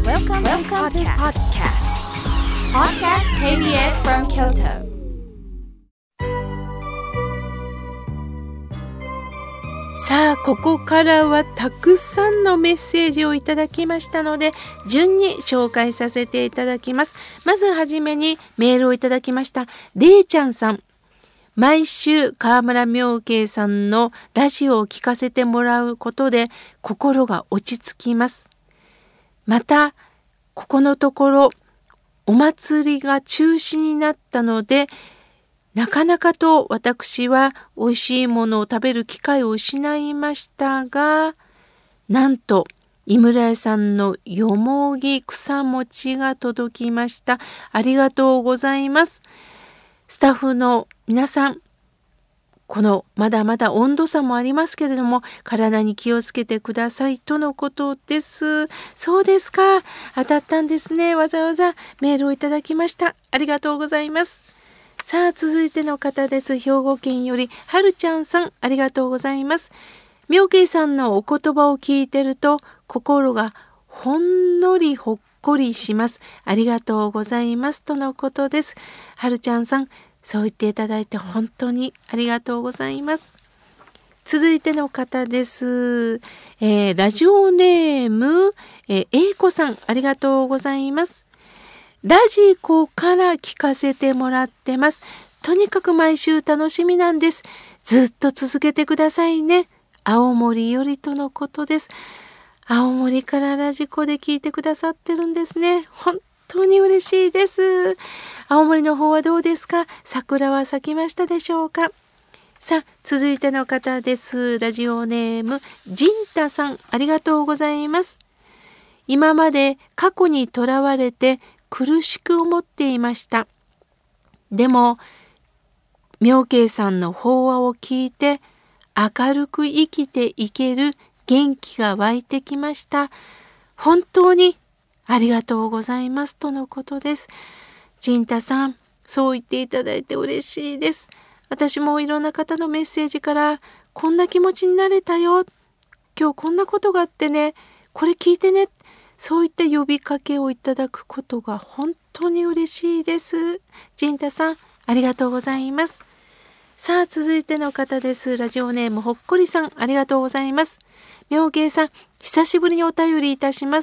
Welcome to podcast. Podcast KBS from Kyoto. さあ、ここからはたくさんのメッセージをいただきましたので、順に紹介させていただきます。まずはじめにメールをいただきましたれいちゃんさん。毎週河村明慶さんのラジオを聞かせてもらうことで心が落ち着きます。またここのところお祭りが中止になったので、なかなかと私は美味しいものを食べる機会を失いましたが、なんと井村屋さんのよもぎ草餅が届きました。ありがとうございます。スタッフの皆さん、このまだまだ温度差もありますけれども、体に気をつけてくださいとのことです。そうですか。当たったんですね。わざわざメールをいただきました。ありがとうございます。さあ、続いての方です。兵庫県よりはるちゃんさん、ありがとうございます。明慶さんのお言葉を聞いてると心がほんのりほっこりします。ありがとうございますとのことです。はるちゃんさん、そう言っていただいて本当にありがとうございます。続いての方です。ラジオネーム、えいこさん、ありがとうございます。ラジコから聞かせてもらってます。とにかく毎週楽しみなんです。ずっと続けてくださいね。青森よりとのことです。青森からラジコで聞いてくださってるんですね。本当に嬉しいです。青森の方はどうですか？桜は咲きましたでしょうか？さあ、続いての方です。ラジオネームジンタさん、ありがとうございます。今まで過去にとらわれて苦しく思っていました。でも明慶さんの法話を聞いて明るく生きていける元気が湧いてきました。本当にありがとうございますとのことです。ジンタさん、そう言っていただいて嬉しいです。私もいろんな方のメッセージからこんな気持ちになれたよ。今日こんなことがあってね、これ聞いてね。そういった呼びかけをいただくことが本当に嬉しいです。ジンタさん、ありがとうございます。さあ、続いての方です。ラジオネームほっこりさん、ありがとうございます。明慶さん、久しぶりにお便りいたします。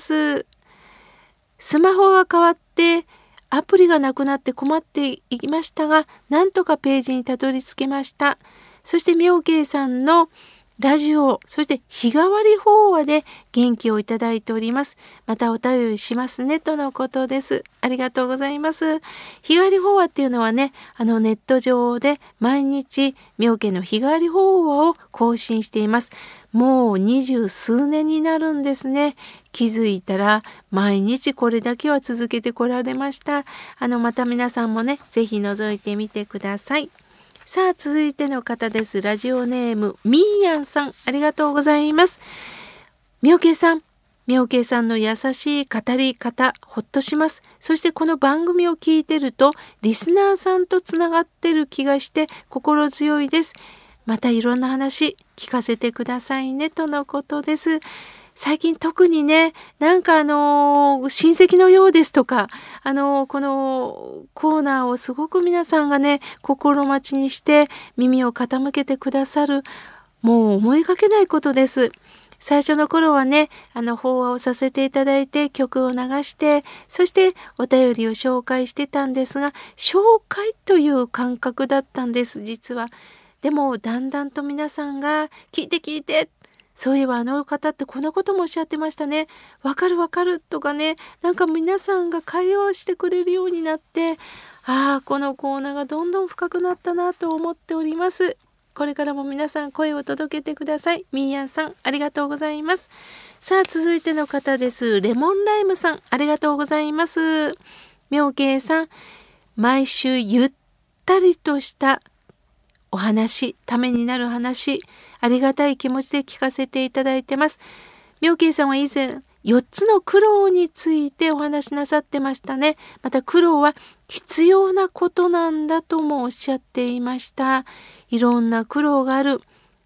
スマホが変わってアプリがなくなって困っていましたが、なんとかページにたどり着けました。そして明慶さんのラジオ、そして日替わり法話で元気をいただいております。またお便りしますねとのことです。ありがとうございます。日替わり法話っていうのはね、ネット上で毎日明慶の日替わり法話を更新しています。もう20数年になるんですね。気づいたら毎日これだけは続けてこられました。また皆さんもね、ぜひ覗いてみてください。さあ、続いての方です。ラジオネームみーやんさん、ありがとうございます。明慶さんの優しい語り方、ほっとします。そしてこの番組を聞いてるとリスナーさんとつながってる気がして心強いです。またいろんな話聞かせてくださいねとのことです。最近特にね、なんか親戚のようですとか、このコーナーをすごく皆さんがね、心待ちにして耳を傾けてくださる、もう思いがけないことです。最初の頃はね、法話をさせていただいて曲を流して、そしてお便りを紹介してたんですが、紹介という感覚だったんです、実は。でもだんだんと皆さんが聞いて、そういえばあの方ってこんなこともおっしゃってましたね。わかるとかね、なんか皆さんが会話をしてくれるようになって、このコーナーがどんどん深くなったなと思っております。これからも皆さん声を届けてください。みーやんさん、ありがとうございます。さあ、続いての方です。レモンライムさん、ありがとうございます。明慶さん、毎週ゆったりとしたお話、ためになる話、ありがたい気持ちで聞かせていただいてます。明慶さんは以前4つの苦労についてお話しなさってましたね。また苦労は必要なことなんだともおっしゃっていました。いろんな苦労がある。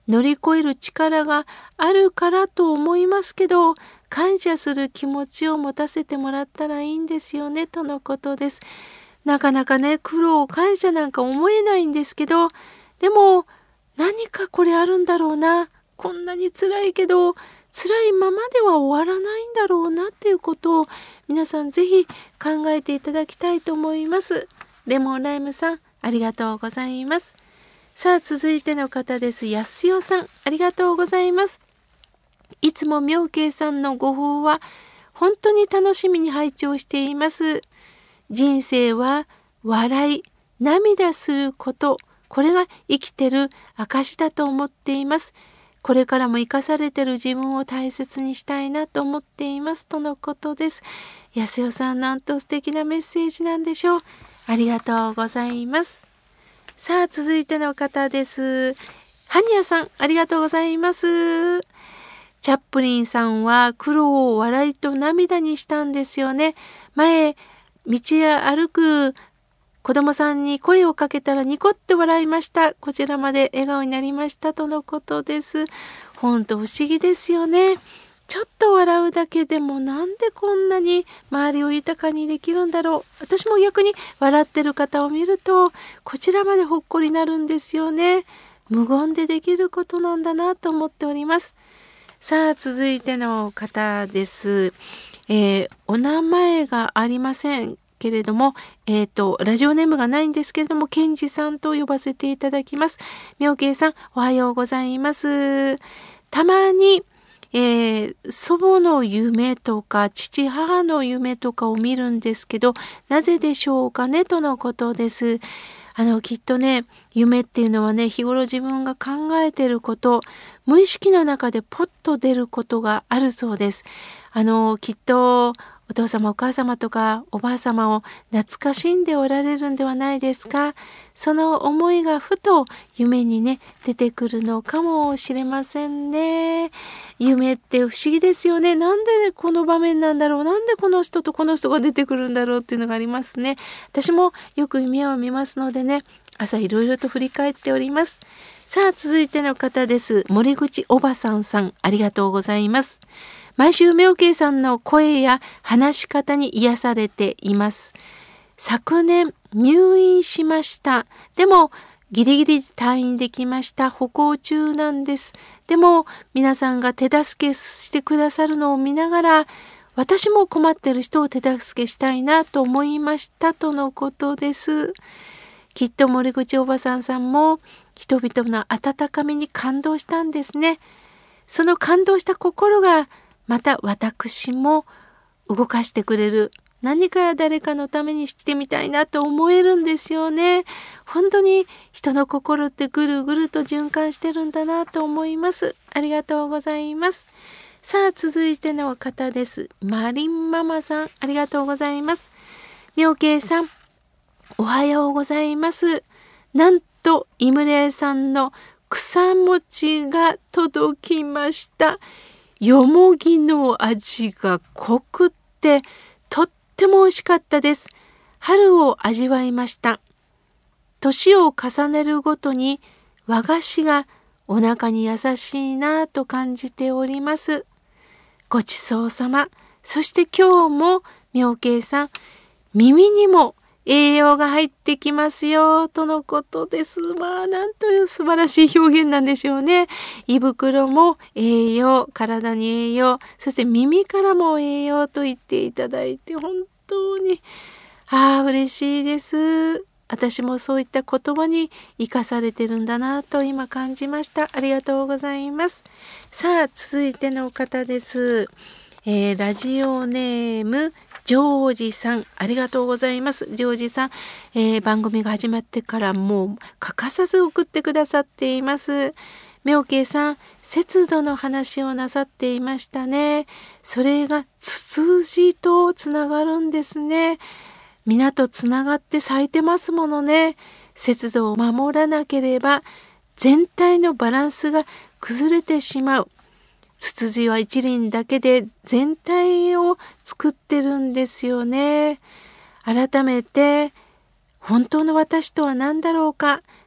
乗り越える力があるからと思いますけど、感謝する気持ちを持たせてもらったらいいんですよね、とのことです。なかなかね、苦労、感謝なんか思えないんですけど、でも何かこれあるんだろうな、こんなに辛いけど辛いままでは終わらないんだろうなっていうことを皆さんぜひ考えていただきたいと思います。レモンライムさん、ありがとうございます。さあ、続いての方です。やすよさん、ありがとうございます。いつも妙慶さんのご報は本当に楽しみに拝聴しています。人生は笑い、涙すること、これが生きてる証だと思っています。これからも生かされてる自分を大切にしたいなと思っています、とのことです。安代さん、なんと素敵なメッセージなんでしょう。ありがとうございます。さあ、続いての方です。ハニヤさん、ありがとうございます。チャップリンさんは苦労を笑いと涙にしたんですよね。前、道へ歩く子供さんに声をかけたらニコって笑いました。こちらまで笑顔になりました、とのことです。本当不思議ですよね。ちょっと笑うだけでもなんでこんなに周りを豊かにできるんだろう。私も逆に笑ってる方を見るとこちらまでほっこりなるんですよね。無言でできることなんだなと思っております。さあ、続いての方です。お名前がありませんけれども、ラジオネームがないんですけれども、ケンジさんと呼ばせていただきます。妙慶さん、おはようございます。たまに、祖母の夢とか父母の夢とかを見るんですけど、なぜでしょうかね、とのことです。きっとね、夢っていうのはね、日頃自分が考えていること、無意識の中でポッと出ることがあるそうです。きっとお父様お母様とかおばあ様を懐かしんでおられるんではないですか。その思いがふと夢にね、出てくるのかもしれませんね。夢って不思議ですよね。なんでこの場面なんだろう、なんでこの人とこの人が出てくるんだろうっていうのがありますね。私もよく夢を見ますのでね、朝いろいろと振り返っております。さあ、続いての方です。森口おばさんさん、ありがとうございます。毎週妙慶さんの声や話し方に癒されています。昨年入院しました。でもギリギリ退院できました。歩行中なんです。でも皆さんが手助けしてくださるのを見ながら、私も困っている人を手助けしたいなと思いました、とのことです。きっと森口おばさんさんも人々の温かみに感動したんですね。その感動した心がまた私も動かしてくれる、何か誰かのためにしてみたいなと思えるんですよね。本当に人の心ってぐるぐると循環してるんだなと思います。ありがとうございます。さあ、続いての方です。マリンママさん、ありがとうございます。妙慶さん、おはようございます。なんとイムレイさんの草餅が届きました。よもぎの味が濃くってとっても美味しかったです。春を味わいました。年を重ねるごとに和菓子がお腹に優しいなぁと感じております。ごちそうさま。そして今日も妙慶さん、耳にも栄養が入ってきますよ、とのことです。まあ、なんという素晴らしい表現なんでしょうね。胃袋も栄養、体に栄養、そして耳からも栄養と言っていただいて、本当に嬉しいです。私もそういった言葉に生かされてるんだなと今感じました。ありがとうございます。さあ、続いての方です。ラジオネームジョージさん、ありがとうございます。ジョージさん、番組が始まってからもう欠かさず送ってくださっています。妙慶さん、節度の話をなさっていましたね。それがツツジとつながるんですね。皆とつながって咲いてますものね。節度を守らなければ全体のバランスが崩れてしまう。ツツジは一輪だけで全体を作ってるんですよね。改めて本当の私とは何だろうか、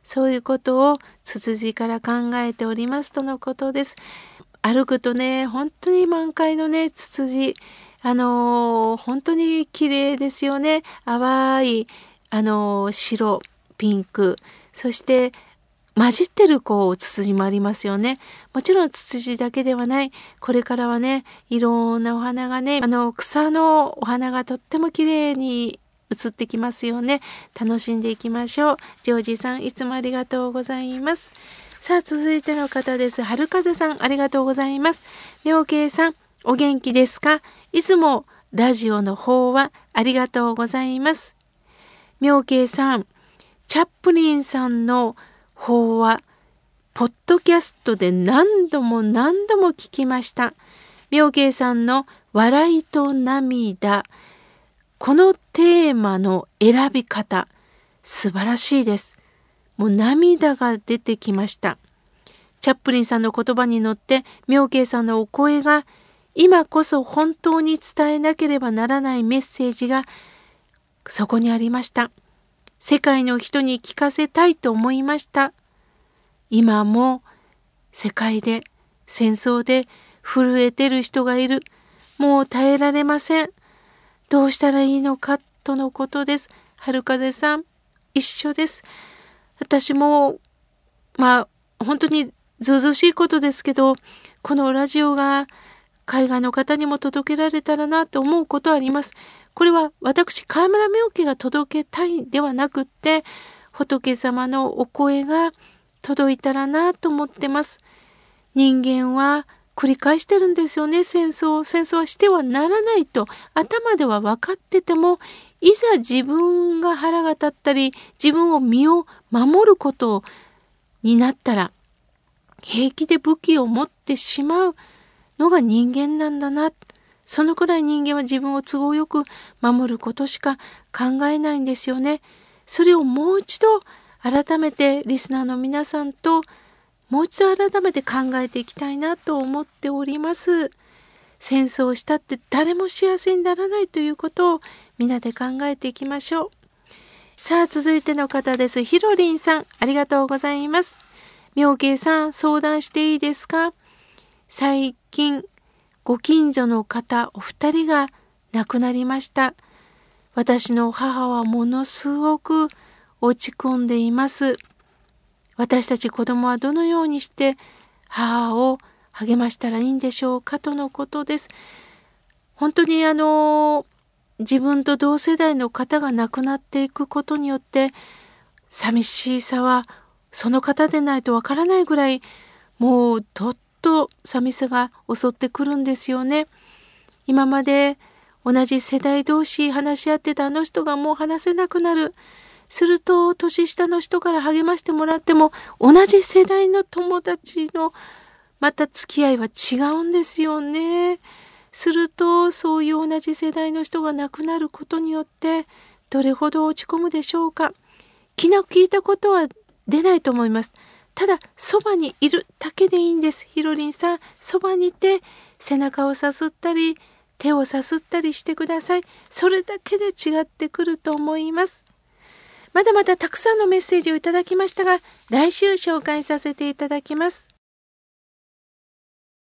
そういうことをツツジから考えておりますとのことです。歩くとね、本当に満開のね、ツツジ、本当に綺麗ですよね。淡い、白、ピンク、そして混じってるツツジもありますよね。もちろんツツジだけではない。これからはね、いろんなお花がね、草のお花がとっても綺麗に映ってきますよね。楽しんでいきましょう。ジョージさん、いつもありがとうございます。さあ、続いての方です。春風さん、ありがとうございます。妙慶さん、お元気ですか？いつもラジオの方はありがとうございます。妙慶さん、チャップリンさんの方はポッドキャストで何度も聞きました。妙慶さんの笑いと涙、このテーマの選び方、素晴らしいです。もう涙が出てきました。チャップリンさんの言葉に乗って妙慶さんのお声が、今こそ本当に伝えなければならないメッセージがそこにありました。世界の人に聞かせたいと思いました。今も世界で戦争で震えてる人がいる。もう耐えられません。どうしたらいいのかとのことです。春風さん、一緒です。私も本当にずうずうしいことですけど、このラジオが海外の方にも届けられたらなと思うことはあります。これは私河村妙慶が届けたいではなくって、仏様のお声が届いたらなと思ってます。人間は繰り返してるんですよね。戦争はしてはならないと頭では分かってても、いざ自分が腹が立ったり自分を身を守ることになったら、平気で武器を持ってしまうのが人間なんだな。そのくらい人間は自分を都合よく守ることしか考えないんですよね。それをもう一度改めてリスナーの皆さんともう一度改めて考えていきたいなと思っております。戦争をしたって誰も幸せにならないということをみんなで考えていきましょう。さあ、続いての方です。ひろりんさん、ありがとうございます。妙慶さん、相談していいですか？最近ご近所の方お二人が亡くなりました。私の母はものすごく落ち込んでいます。私たち子供はどのようにして母を励ましたらいいんでしょうかとのことです。本当に自分と同世代の方が亡くなっていくことによって寂しさはその方でないとわからないぐらい、もうどっと寂しさが襲ってくるんですよね。今まで同じ世代同士話し合ってたあの人がもう話せなくなる。すると年下の人から励ましてもらっても、同じ世代の友達のまた付き合いは違うんですよね。するとそういう同じ世代の人が亡くなることによってどれほど落ち込むでしょうか。気の利いたことは出ないと思います。ただそばにいるだけでいいんです。ひろりんさん、そばにいて背中をさすったり手をさすったりしてください。それだけで違ってくると思います。まだまだたくさんのメッセージをいただきましたが、来週紹介させていただきます。